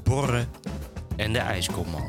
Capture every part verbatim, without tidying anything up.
Borre en de ijskomman.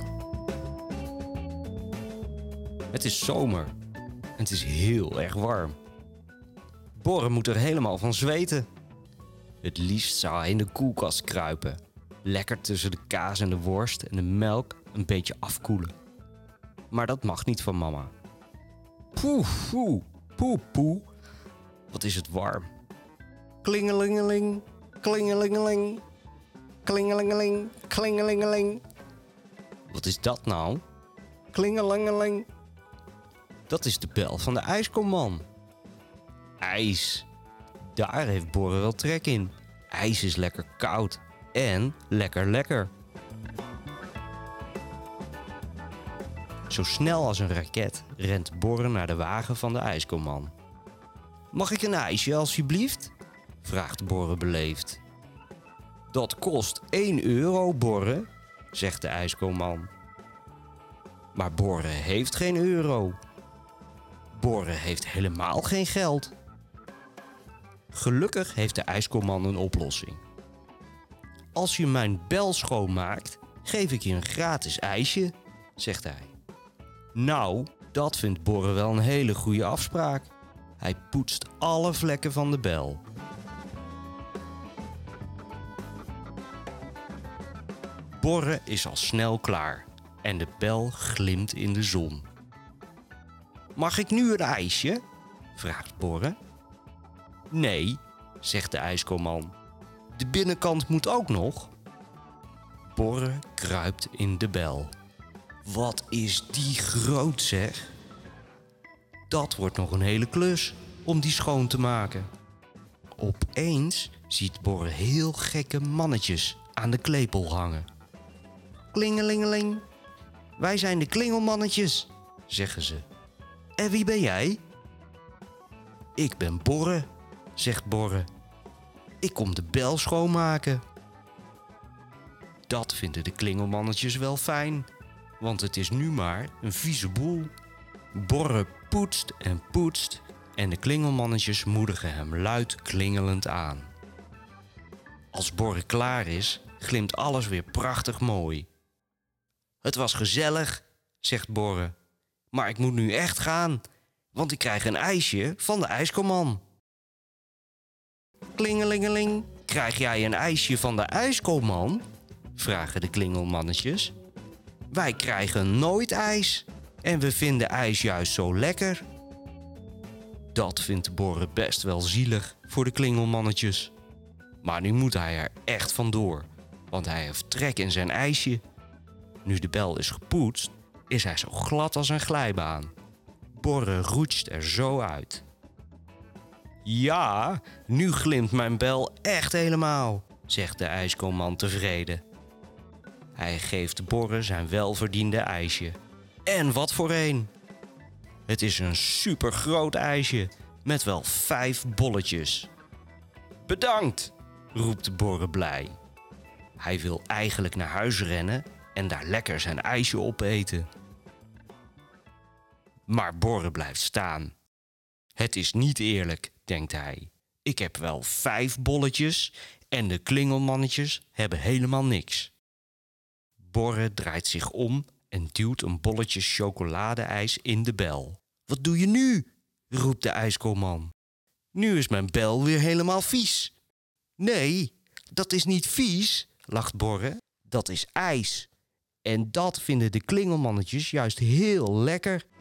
Het is zomer en het is heel erg warm. Borre moet er helemaal van zweten. Het liefst zou hij in de koelkast kruipen. Lekker tussen de kaas en de worst en de melk een beetje afkoelen. Maar dat mag niet van mama. Poeh, poeh, poeh, poeh. Wat is het warm. Klingelingeling, klingelingeling, klingelingeling, klingelingeling. Wat is dat nou? Klingelingeling. Dat is de bel van de ijskomman. IJs. Daar heeft Borre wel trek in. IJs is lekker koud en lekker lekker. Zo snel als een raket rent Borre naar de wagen van de ijskomman. Mag ik een ijsje alsjeblieft? Vraagt Borre beleefd. Dat kost één euro, Borre, zegt de ijskomman. Maar Borre heeft geen euro. Borre heeft helemaal geen geld. Gelukkig heeft de ijskomman een oplossing. Als je mijn bel schoonmaakt, geef ik je een gratis ijsje, zegt hij. Nou, dat vindt Borre wel een hele goede afspraak. Hij poetst alle vlekken van de bel. Borre is al snel klaar en de bel glimt in de zon. Mag ik nu een ijsje? Vraagt Borre. Nee, zegt de ijskomman. De binnenkant moet ook nog. Borre kruipt in de bel. Wat is die groot, zeg? Dat wordt nog een hele klus om die schoon te maken. Opeens ziet Borre heel gekke mannetjes aan de klepel hangen. Klingelingeling. Wij zijn de klingelmannetjes, zeggen ze. En wie ben jij? Ik ben Borre, zegt Borre. Ik kom de bel schoonmaken. Dat vinden de klingelmannetjes wel fijn, want het is nu maar een vieze boel. Borre poetst en poetst en de klingelmannetjes moedigen hem luid klingelend aan. Als Borre klaar is, glimt alles weer prachtig mooi. Het was gezellig, zegt Borre, maar ik moet nu echt gaan, want ik krijg een ijsje van de ijskomman. Klingelingeling, krijg jij een ijsje van de ijskomman? Vragen de klingelmannetjes. Wij krijgen nooit ijs en we vinden ijs juist zo lekker. Dat vindt Borre best wel zielig voor de klingelmannetjes. Maar nu moet hij er echt vandoor, want hij heeft trek in zijn ijsje. Nu de bel is gepoetst, is hij zo glad als een glijbaan. Borre roetst er zo uit. Ja, nu glimt mijn bel echt helemaal, zegt de ijskomman tevreden. Hij geeft Borre zijn welverdiende ijsje. En wat voor een! Het is een supergroot ijsje met wel vijf bolletjes. Bedankt, roept Borre blij. Hij wil eigenlijk naar huis rennen en daar lekker zijn ijsje opeten. Maar Borre blijft staan. Het is niet eerlijk, denkt hij. Ik heb wel vijf bolletjes en de klingelmannetjes hebben helemaal niks. Borre draait zich om en duwt een bolletje chocoladeijs in de bel. Wat doe je nu? Roept de ijskomman. Nu is mijn bel weer helemaal vies. Nee, dat is niet vies, lacht Borre. Dat is ijs. En dat vinden de klingelmannetjes juist heel lekker.